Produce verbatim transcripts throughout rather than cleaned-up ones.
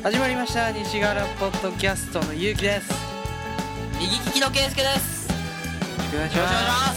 始まりました西川原ポッドキャストのゆうきです。 右利きのけいすけです。 よろしくお願いします。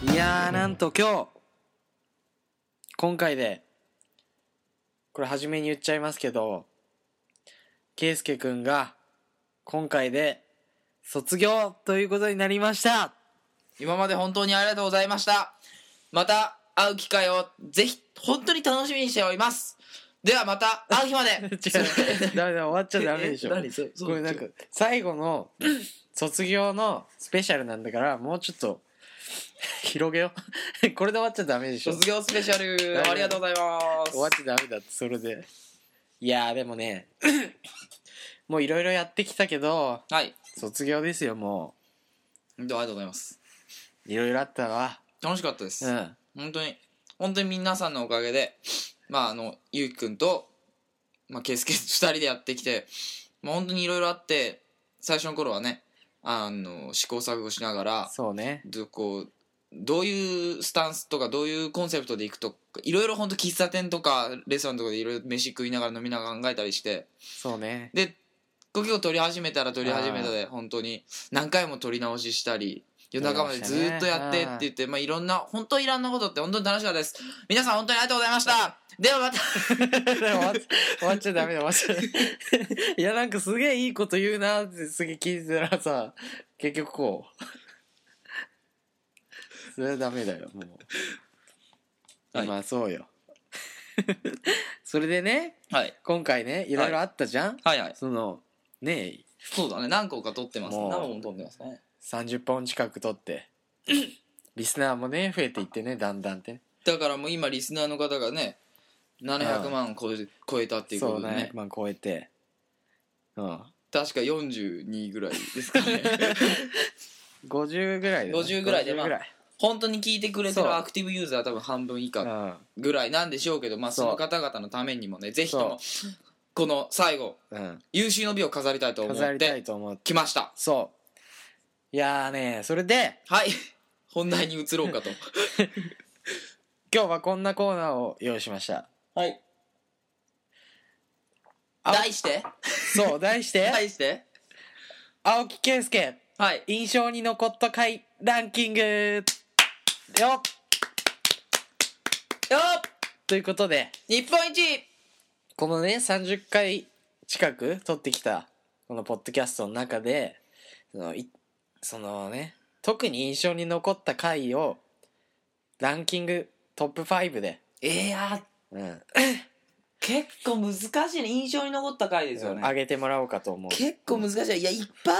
いやー、なんと今日今回でこれ初めに言っちゃいますけど、けいすけくんが今回で卒業ということになりました。 今まで本当にありがとうございました。また会う機会をぜひ本当に楽しみにしております。ではまた会う日まで。 違う、ダメだ、終わっちゃダメでしょ。 何そそこれなんか最後の卒業のスペシャルなんだから、もうちょっと広げよう。これで終わっちゃダメでしょ。 卒業スペシャルありがとうございます。 終わっちゃダメだって、それで。いやーでもねもういろいろやってきたけど、 はい、 卒業ですよ。もうありがとうございます。 いろいろあったわ。 楽しかったです、 うん、 本当に本当に皆さんのおかげで、まああのゆうきくんとまあけいすけふたりでやってきて、まあ本当にいろいろあって、最初の頃はね、あの試行錯誤しながら、 そうね、 どこうどういうスタンスとかどういうコンセプトでいくとか、いろいろ本当喫茶店とかレストランとかでいろいろ飯食いながら飲みながら考えたりして、 そうね。 で結構撮り始めたら撮り始めたで本当に何回も撮り直ししたり、夜中までずっとやってって言って、まあいろんな本当いろんなことって本当に楽しかったです。皆さん本当にありがとうございました。ではまた終わっ終わっちゃダメだ、終わっちゃダメ。いや、なんかすげえいいこと言うなってすげえ聞いてたらさ、結局こうそれはダメだよ、もう。はい、まあそうよ。それでね、 はい、 今回ね、いろいろあったじゃん、 はい、はいはい、 そのねえ、 そうだね、何個か撮ってます。何本も撮ってますね。 さんじゅっぽん近く撮ってリスナーもね増えていってね、だんだんって。だからもう今リスナーの方がねななひゃくまん超え、超えたっていうことでね。 そう、ななひゃくまん超えて、うん、 確かよんじゅうにぐらいですかね。 ごじゅうぐらいで、ね、 ごじゅうぐらいで、まあ本当に聞いてくれてるアクティブユーザーは多分半分以下ぐらいなんでしょうけど、まあその方々のためにもね、ぜひともこの最後、うん、有終の美を飾りたいと思ってきました。 そういやーね、それではい本題に移ろうかと今日はこんなコーナーを用意しました。 はい。題してそう、題して題して青木圭介、 はい、 印象に残った回ランキングよっよっということで、 日本一、 このねさんじゅっかい近く撮ってきたこのポッドキャストの中で、そのいそのね特に印象に残った回をランキングトップごで、 えー、やー、うん、 結構難しいね。印象に残った回ですよね、 うん、上げてもらおうかと思う。 結構難しい。いや、いっぱい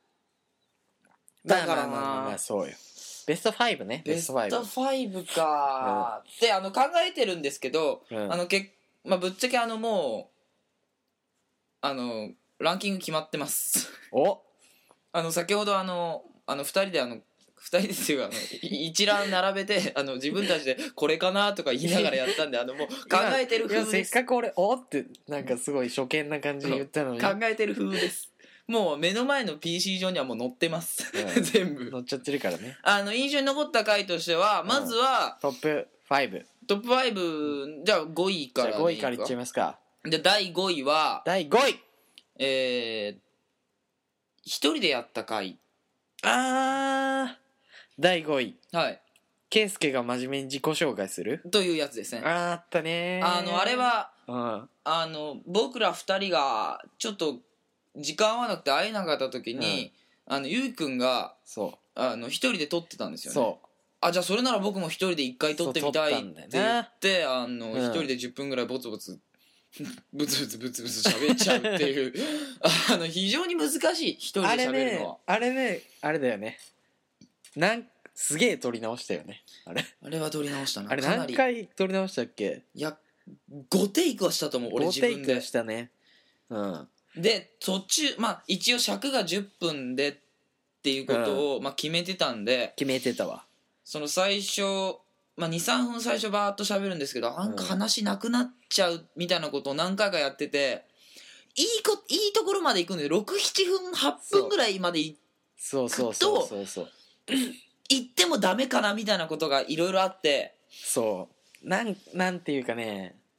だからな、まあまあまあまあ、 そうよ。ベストごね。 ベストごか、うん、であの考えてるんですけど、うん、あのけ、まあ、ぶっちゃけあのもうあのランキング決まってます。 おあの先ほどあのあのふたりであのふたりですよ、あの一覧並べてあの自分たちでこれかなとか言いながらやったんで、あのもう考えてる風です。 せっかく俺おってなんかすごい初見な感じに言ったのに、 考えてる風です。もう目の前の ピーシー 上にはもう載ってます、うん、全部載っちゃってるからね。 あの印象に残った回としては、まずは、 うん、トップごトップご、じゃあごいから、 じゃあごいからいっちゃいますか。 でだいごいはだいごいえー、一人でやった回。 あー、だいごい、 はい、 ケイスケが真面目に自己紹介するというやつですね。 あー、あったねー。 あのあれは、 うん、あの僕らふたりがちょっと時間合わなくて会えなかった時に、うん、あのゆうくんがそうあの一人で撮ってたんですよね。 そう、 あ、じゃあそれなら僕も一人で一回撮ってみたいって言って、あの一人でじゅっぷんぐらいボツボツブツブツブツブツ喋っちゃうっていうあの非常に難しい、一人で喋るのは。 あれね、あれね、あれだよね、なんすげえ撮り直したよね、あれ。 あれは撮り直したな。 あれ何回撮り直したっけ。 いやごテイクはしたと思う、俺自分で。ごテイクはしたね。うん。で途中まあ一応尺がじゅっぷんでっていうことを、うん、まあ、決めてたんで。 決めてたわ。 その最初、まあ、にさんぷん最初バーッと喋るんですけど、なんか話なくなっちゃうみたいなことを何回かやってて、いいこいいところまで行くんでろく、ななふん、はっぷんぐらいまで行くと、 そうそうそうそうそう行ってもダメかなみたいなことがいろいろあって、 そうなんなんていうかね、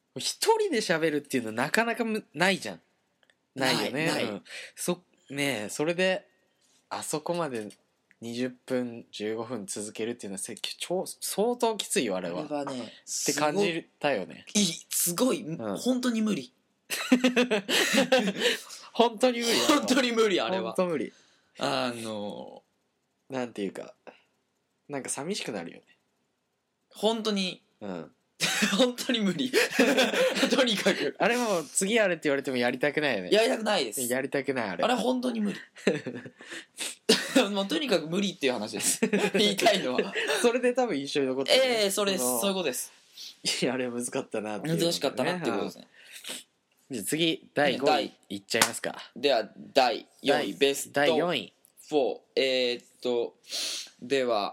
一人で喋るっていうのなかなかむないじゃん。ないよね。 ないないうん、そねえそれであそこまでにじゅっぷんじゅうごふん続けるっていうのはせ超相当きついよあれは。 あれはねって感じたよね。 いいすごい、うん、本当に無理本当に無理。 本当に無理あれは。 本当無理。 あのなんていうかなんか寂しくなるよね。 本当に。 うん。 本当に無理とにかくあれも次やれって言われてもやりたくないよね。 やりたくないです。 やりたくないあれ。 あれ本当に無理もうとにかく無理っていう話です言いたいのはそれで多分印象に残ってる、ね、 ええー、それですそういうことです。 いやあれ難かったなっていう、ね、 難しかったなっていうことですね。 じゃあ次だいごいいっちゃいますか。 ではだいよんいベストだいよんいよんえー、っとでは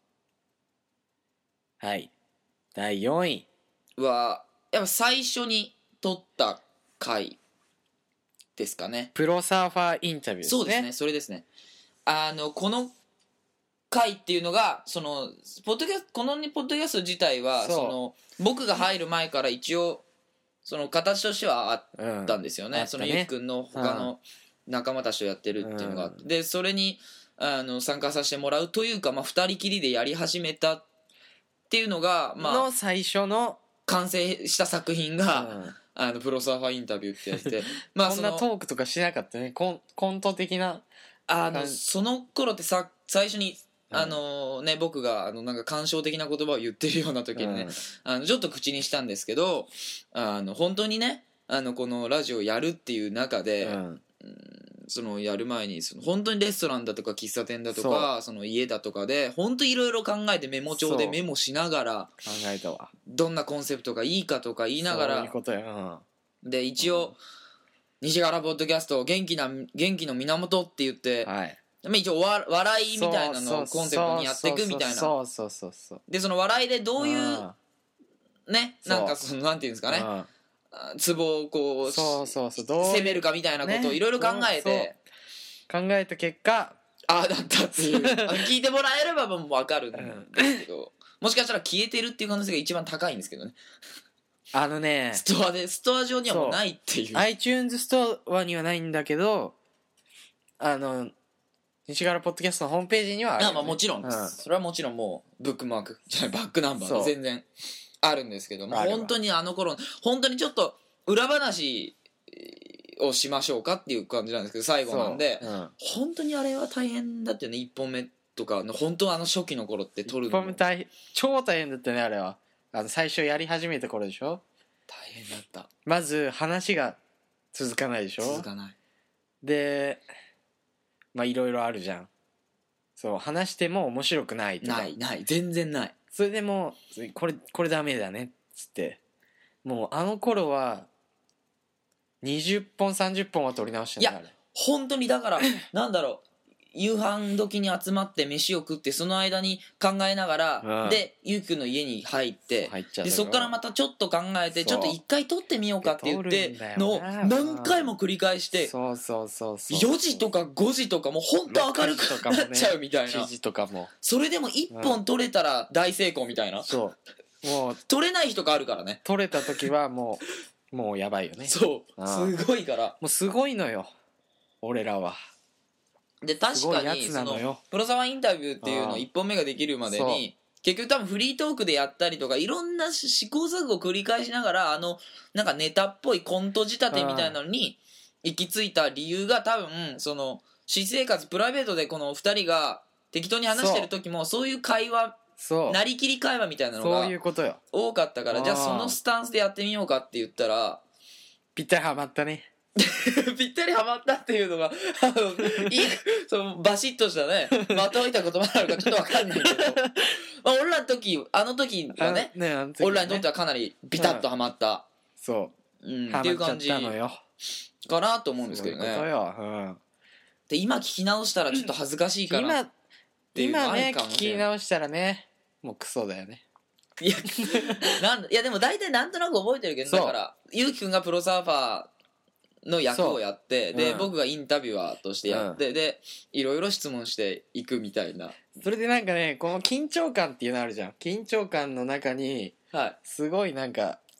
はいだいよんいはやっぱ最初に撮った回ですかね。 プロサーファーインタビューですね。 そうですねそれですね。あのこの回っていうのがそのポッドキャスこのポッドキャスト自体はその僕が入る前から一応その形としてはあったんですよね、うん、そのゆうきくんの他の仲間たちとやってるっていうのがあって、うん、でそれにあの参加させてもらうというか、まあ、ふたりきりでやり始めたっていうのが、まあ、 の最初の完成した作品が、うん、あのプロサーファーインタビューってやつでまあそんなトークとかしなかったね。コン、コント的なあのその頃ってさ最初にあのね、僕があのなんか感傷的な言葉を言ってるような時にね、うん、あのちょっと口にしたんですけどあの本当にねあのこのラジオやるっていう中で、うん、そのやる前にその本当にレストランだとか喫茶店だとか そ, その家だとかで本当いろいろ考えてメモ帳でメモしながら考えたわどんなコンセプトがいいかとか言いながらそういうことや、 うん、で一応、うん、西原ポッドキャスト元気な元気の源って言って、はい一応わ笑いみたいなのをコンセプトにやっていくみたいなそうそうそうそうでその笑いでどういうねなんかそのなんていうんですかねツボをこうそうそうそう攻めるかみたいなことをいろいろ考えて考えた結果ああだったっていう聞いてもらえればもう分かるんですけどもしかしたら消えてるっていう可能性が一番高いんですけどね。 あのねストアでストア上にはもうないっていう iTunes ストアにはないんだけどあの西原ポッドキャストのホームページにはある、ね、 あまあもちろんです、うん、それはもちろんもうブックマークじゃないバックナンバーで全然あるんですけども本当にあの頃本当にちょっと裏話をしましょうかっていう感じなんですけど最後なんで、うん、本当にあれは大変だったよねいっぽんめとか本当あの初期の頃って撮るのいっぽんめ大変超大変だったねあれはあの最初やり始めた頃でしょ大変だったまず話が続かないでしょ続かないでまあいろいろあるじゃんそう話しても面白くないとかないない全然ないそれでもうこれこれダメだねっつってもうあの頃はにじゅっぽんさんじゅっぽんは撮り直してんだ。いや本当にだからなんだろう夕飯時に集まって飯を食ってその間に考えながら、うん、でゆうきくんの家に入ってでそっからまたちょっと考えてちょっと一回撮ってみようかって言ってのを何回も繰り返してそうそうそうそうよじとかごじとかもうほんと明るくなっちゃうみたいな、 ね、しちじとかもそれでもいっぽん撮れたら大成功みたいな、うん、 そうもう撮れない日とかあるからね撮れた時はもうもうやばいよねそうすごいからもうすごいのよ俺らはで確かにそのプロサワーインタビューっていうのいっぽんめができるまでに結局多分フリートークでやったりとかいろんな試行錯誤を繰り返しながらあのなんかネタっぽいコント仕立てみたいなのに行き着いた理由が多分その私生活プライベートでこのふたりが適当に話してる時もそういう会話なりきり会話みたいなのが多かったからじゃあそのスタンスでやってみようかって言ったらぴったりハマったねぴったりハマったっていうのがあのいいそのバシッとしたねまといた言葉なのかちょっと分かんないけど、まあ、俺らの時あの時は ね, ね, ね俺らにとってはかなりビタッとハマった、 うん、そう、うん、 っていう感じかなと思うんですけどね。そういうことよ、うん、で今聞き直したらちょっと恥ずかしいかなっていうの今ね聞き直したらねもうクソだよねいやなんいやでも大体なんとなく覚えてるけどだからゆうきくんがプロサーファーの役をやってで、うん、僕がインタビュアーとしてやって、うん、でいろいろ質問していくみたいなそれでなんかねこの緊張感っていうのあるじゃん緊張感の中に、はい、すごいなんか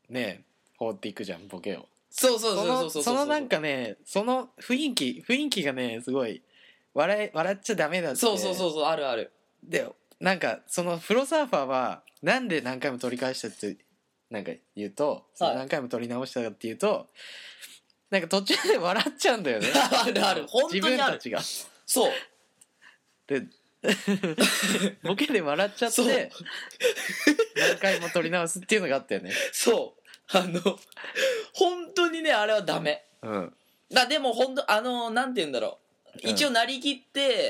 ね放っていくじゃんボケを。 そうそうそうそうそうそのそのなんかねその雰囲気雰囲気がねすごい笑い笑っちゃダメだって。 そうそうそうそうあるある。 でなんかそのプロサーファーはなんで何回も撮り返したってなんか言うと、その何回も撮り直したかっていうとなんか途中で笑っちゃうんだよねあるある本当にある自分たちが。 そうでボケで笑っちゃって何回も撮り直すっていうのがあったよね。 そうあの本当にねあれはダメ。 うんだでも本当あのなんて言うんだろう、一応なりきって、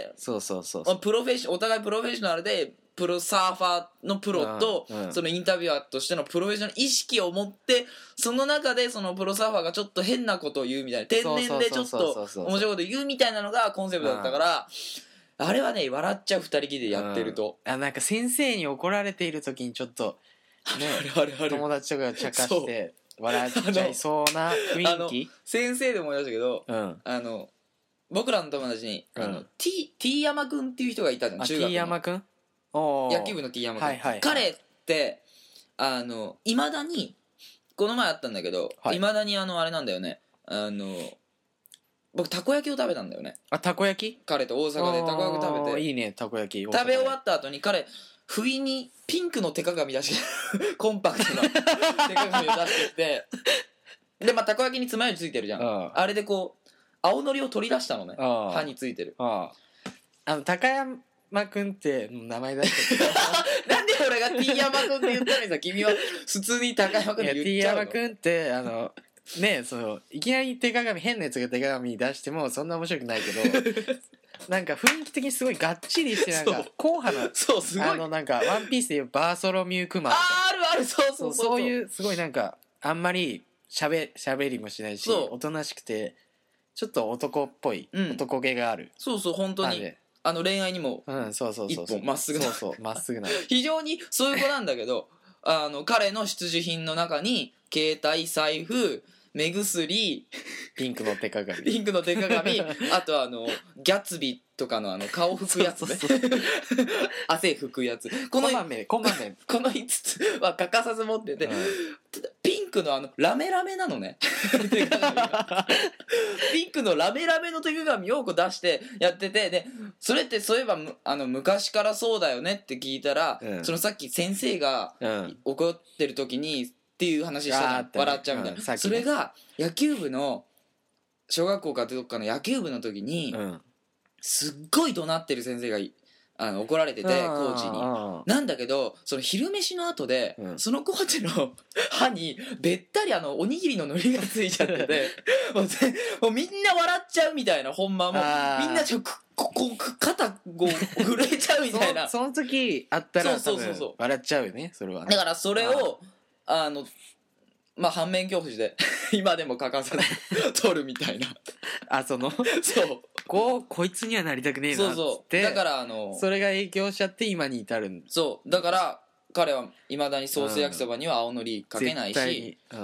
そうそうそうそうプロフェッショお互いプロフェッショナルでプロサーファーのプロと、 うんうん、 そのインタビュアーとしてのプロフェッショナル意識を持ってその中でそのプロサーファーがちょっと変なことを言うみたいな天然でちょっと面白いこと言うみたいなのがコンセプトだったから、うん、あれはね笑っちゃう二人きりでやってると、 うん、あなんか先生に怒られている時にちょっとねあるある友達とかが茶化して笑っちゃいそうな雰囲気。 先生で思い出したけど、 うん、 あの僕らの友達に、 うん、 あの T, T 山くんっていう人がいたじゃん。中学の T 山くん野球部の T 山くん、はいはいはい、彼ってあのいまだにこの前あったんだけど、はいまだにあのあれなんだよね、あの僕たこ焼きを食べたんだよね。 あたこ焼き彼と大阪でたこ焼き食べていいねたこ焼き。 食べ終わった後に彼不意にピンクの手鏡出してコンパクトな手鏡を出してきてでまあたこ焼きに爪楊枝ついてるじゃん。 あ, あれでこう青のりを取り出したのね。歯についてる。 ああの高山くんって名前出してるなんで俺が T 山くんって言ったのにさ君は普通に高山くんって言っちゃうの。 T 山くんってあのねそのいきなり手鏡変なやつが手鏡出してもそんな面白くないけどなんか雰囲気的にすごいがっちりしてなんか硬派なそうすごいあのなんかワンピースでいうバーソロミュークマンみたいな。 ああるあるそうそうそうそうそういうすごいなんかあんまりしゃべしゃべりもしないしおとなしくてちょっと男っぽい、うん、男気がある。 そうそう本当にあの恋愛にも一本まっすぐなそうそうまっすぐな非常にそういう子なんだけどあの彼の必需品の中に携帯財布目薬ピンクの手鏡ピンクの手鏡あとあのギャッツビーとかのあの顔拭くやつね汗拭くやつこのこまめこまめこのいつつは欠かさず持ってて、うん、ピンクのあのラメラメなのね手鏡がピンクのラメラメの手鏡をこう出してやっててでそれってそういえばあの昔からそうだよねって聞いたら、うん、そのさっき先生が怒ってる時にっていう話したじゃん、ね、笑っちゃうみたいな、うんね、それが野球部の小学校かどっかの野球部の時に、うん、すっごい怒鳴ってる先生があの怒られててコーチになんだけどその昼飯の後で、うん、そのコーチの歯にべったりあのおにぎりの海苔がついちゃっててもうもうみんな笑っちゃうみたいなほんまもうみんなちょここ肩こう震えちゃうみたいなそ, その時あったら多分笑っちゃうよねそれはね。 だからそれをあのまあ反面教師で今でも欠かさず取るみたいなあそのそうこうこいつにはなりたくねえなっつってそうそうだからあのそれが影響しちゃって今に至るんそうだから彼はいまだにソース焼きそばには青のりかけないし、うん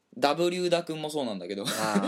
、W 田くんもそうなんだけど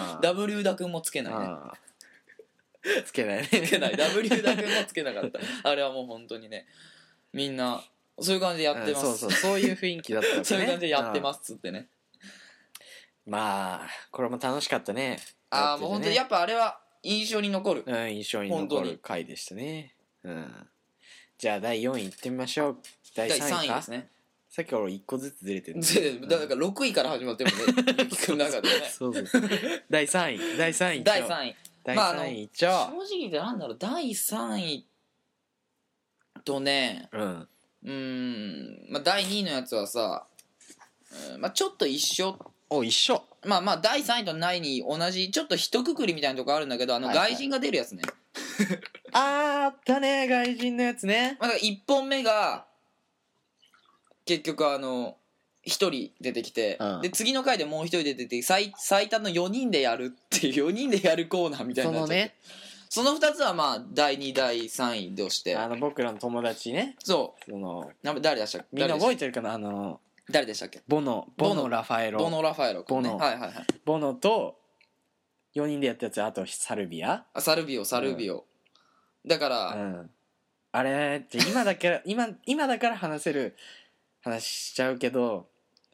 W 田くんもつけないねつけないねつけない W 田くんもつけなかったあれはもう本当にねみんなそういう感じでやってます、 うん、そうそうそういう雰囲気だったわけねそういう感じでやってますっつってねまあこれも楽しかったね。 ああ、ね、もう本当にやっぱあれは印象に残る、 うん、印象に残る回でしたね。うん、じゃあだいよんいいってみましょう。だいさんいか。だいさんいですね。さっきからいっこずつずれてる、 ね、だからろくいから始まってるもんねゆきくんの中でねそうそうだいさんいだいさんいだいさんいだいさんい一応、まあ、 正直言ってなんだろうだいさんいとねうんうーん、まあ、だいにいのやつはさ、うんまあ、ちょっと一緒お一緒まあまあだいさんいとだいにい同じちょっと一括りみたいなとこあるんだけどあの外人が出るやつね、 はいはい、あーあったね外人のやつね。 まあ、いっぽんめが結局あのひとり出てきて、うん、で次の回でもうひとり出てきて 最, 最多のよにんでやるっていうよにんでやるコーナーみたいになっちゃって、そのねそのふたつはまあだいにだいさんいとしてあの僕らの友達ねそうその誰でしたっけみんな覚えてるかなあの誰でしたっけボノボノラファエロボノラファエロ、ね、 ボノ、 はいはいはい、 ボノとよにんでやったやつあとサルビアあサルビオサルビオ、うん、だから、 うん、あれって今だけ今今だから話せる話しちゃうけど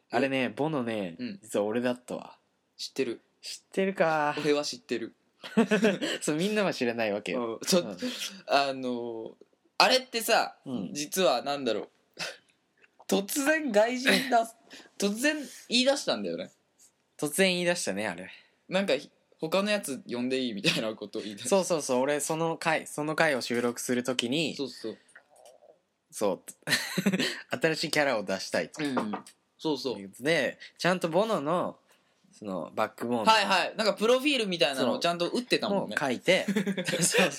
あれねボノね、 うん実は俺だったわ。 知ってる。 知ってるか。 俺は知ってる。 そうみんなは知らないわけよ、 うんちょっと、 うんあのーあれってさ、 うん実はなんだろう突然外人だ突然言い出したんだよね。 突然言い出したねあれ。 なんか他のやつ呼んでいいみたいなことを言い出した。 そうそうそう俺その回その回を収録するときにそうそうそう新しいキャラを出したいとうんそうそういうことでちゃんとボノのそのバックボーンはいはいなんかプロフィールみたいなのをちゃんと打ってたもんね。 も書いてそう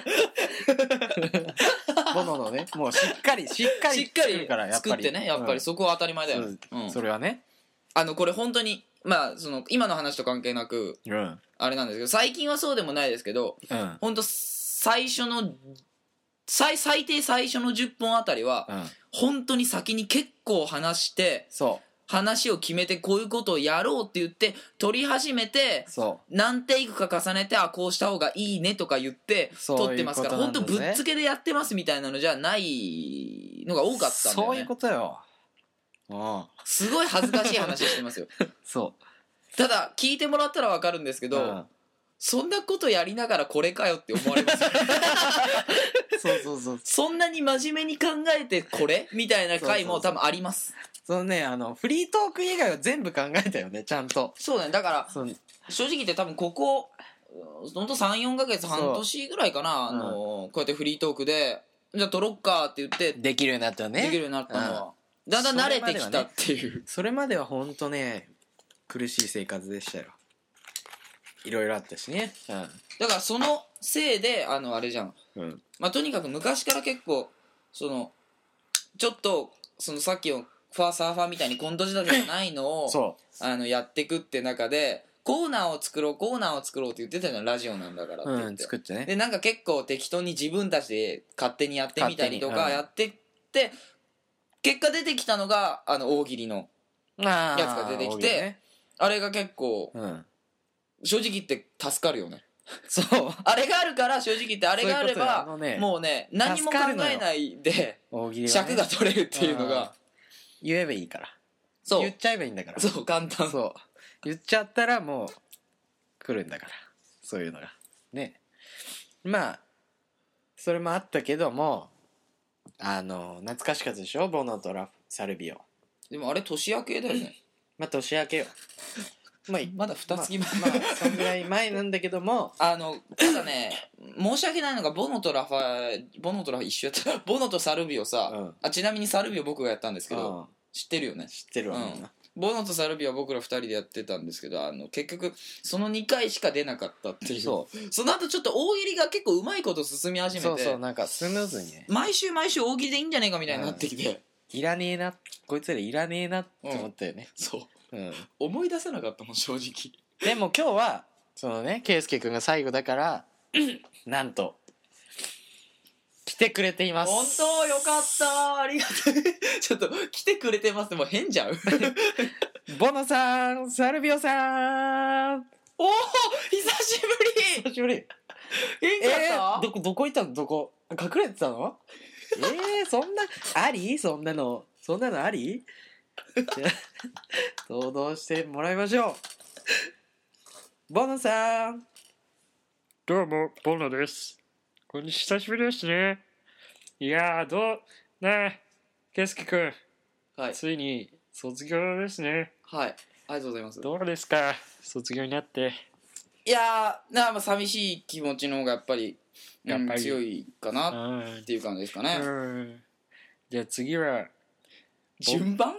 ボノのねもうしっかりしっかりしっかり作るからやっぱり作ってねやっぱりそこは当たり前だよ、 うんうんそれはねあのこれ本当にまあその今の話と関係なくうんあれなんですけど最近はそうでもないですけどうん本当最初の最最低最初のじゅっぽんあたりはうん本当に先に結構話してそ話を決めてこういうことをやろうって言って撮り始めてうそ何テイクか重ねてあこうした方がいいねとか言って撮ってますからそういうことなんだね本当ぶっつけでやってますみたいなのじゃないのが多かったんだよね。 そういうことようんすごい恥ずかしい話してますよ。 そただ聞いてもらったら分かるんですけど、 ううんそんなことやりながらこれかよって思われますよそうそうそうそんなに真面目に考えてこれみたいな回も多分あります。 そのねあのフリートーク以外は全部考えたよねちゃんとそうだねだからそう正直言って多分ここほんとさんよんかげつ半年ぐらいかなあの、こうやってフリートークでじゃあ撮ろっかって言ってでできるようになったよねきるようになったのは、だんだん慣れてきたっていう、 それまではほんとね苦しい生活でしたよいろいろあったしねだからそのせいであのあれじゃん、 うん、うん、 まあ、とにかく昔から結構そのちょっとそのさっきのファーサーファーみたいにコント仕立てじゃないのをそあのやっていくって中でコーナーを作ろうコーナーを作ろうって言ってたじゃんラジオなんだからってう、 言って、 うん、作ってねでなんか結構適当に自分たちで勝手にやってみたりとか勝手にうんやってって結果出てきたのがあの大喜利のあやつが出てきて、 ね、 あれが結構うん正直言って助かるよね。 そうあれがあるから正直言ってあれがあれそういうことよばあのねもうね何も考えないで大喜利はね尺が取れるっていうのが言えばいいからそう言っちゃえばいいんだからそう簡単そう言っちゃったらもう来るんだからそういうのがねまあそれもあったけどもあの懐かしかったでしょボノとラサルビオでもあれ年明けだよねまあ年明けよまあまだ二月前まあ、まあ、そんぐらい前なんだけどもあのただね申し訳ないのがボノとラファボノとラファ一緒やったボノとサルビオさ、 うんあちなみにサルビオ僕がやったんですけど、 うん知ってるよね。 知ってるわ、 うんみんなボノとサルビオは僕らふたりでやってたんですけどあの結局そのにかいしか出なかったっていうそその後ちょっと大喜利が結構うまいこと進み始めてそうそうなんかスムーズにね毎週毎週大喜利でいいんじゃねえかみたいになってきて、 いらねえなこいつらいらねえなって思ったよね、 そううん思い出せなかったもん正直。 でも今日はそのね圭佑君が最後だからなんと来てくれています。 本当よかったありがとうちょっと来てくれてますってもう変じゃんボノさんサルビオさんおお久しぶり久しぶり元気だった、 えー、どこどこ行ったのどこ隠れてたのえー、そんなありそんなのそんなのありじゃあ登場してもらいましょうボノさんどうも、ボノです。こんにちは、久しぶりですね。いやー、どう、ねえ、圭佑くん、 はいついに卒業ですね。 はいありがとうございます。 どうですか、卒業になって。 いやーなあまあ寂しい気持ちの方がやっぱり、うん、 やっぱり強いかなうんっていう感じですかね。 うん。じゃあ次は、 順番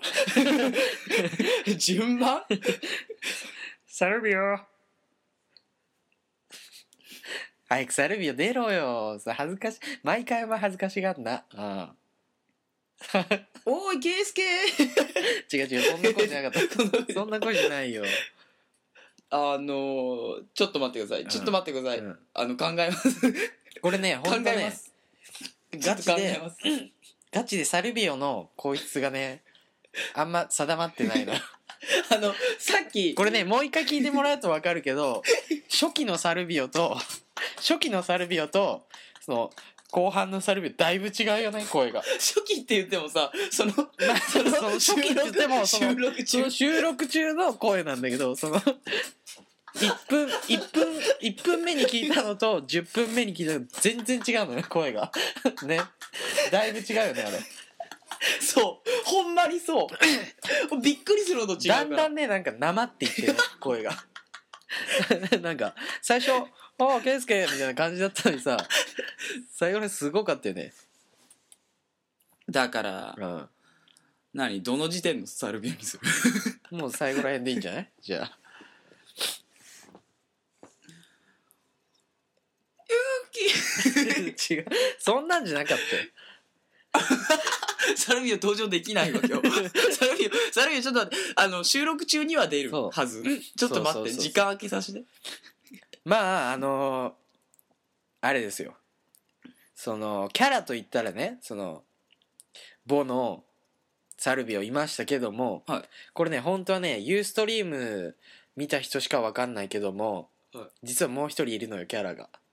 順番サルビオ。 早くサルビオ出ろよさ恥ずかし毎回は恥ずかしがんなああおいケイスケ違う違うそんな声じゃなかったそんな声じゃないよあのー、ちょっと待ってくださいちょっと待ってください、 うんあの考えますこれねほんとね考えますガチちょっと考えでますガチでサルビオの声質がねあんま定まってないのあのさっきこれねもう一回聞いてもらうと分かるけど初期のサルビオと初期のサルビオとその後半のサルビオだいぶ違うよね声が初期って言ってもさそのまあそのそその初期って言ってもその収録中その収録中の声なんだけど、そのいっぷんいっぷんいっぷんめに聞いたのとじゅっぷんめに聞いたの全然違うのよ、声がね、だいぶ違うよねあれ。 そうほんまにそうびっくりするほど違うから、 だんだんねなんかなまっていってる声がなんか最初「ああケイスケ」みたいな感じだったのにさ、最後にすごかったよね。 だから、 うん、 何どの時点のサルビアにするもう最後らへんでいいんじゃない？じゃあ違う、そんなんじゃなかったよサルビア登場できないわ今日サルビアサルビアちょっと待って、あの収録中には出るはず。ちょっと待って、 そうそうそうそう時間空けさせて。 まああのー、あれですよ、そのキャラといったらね、そのボのサルビオいましたけども、 はい、 これね本当はねユーストリーム見た人しか分かんないけども、はい、実はもう一人いるのよキャラが。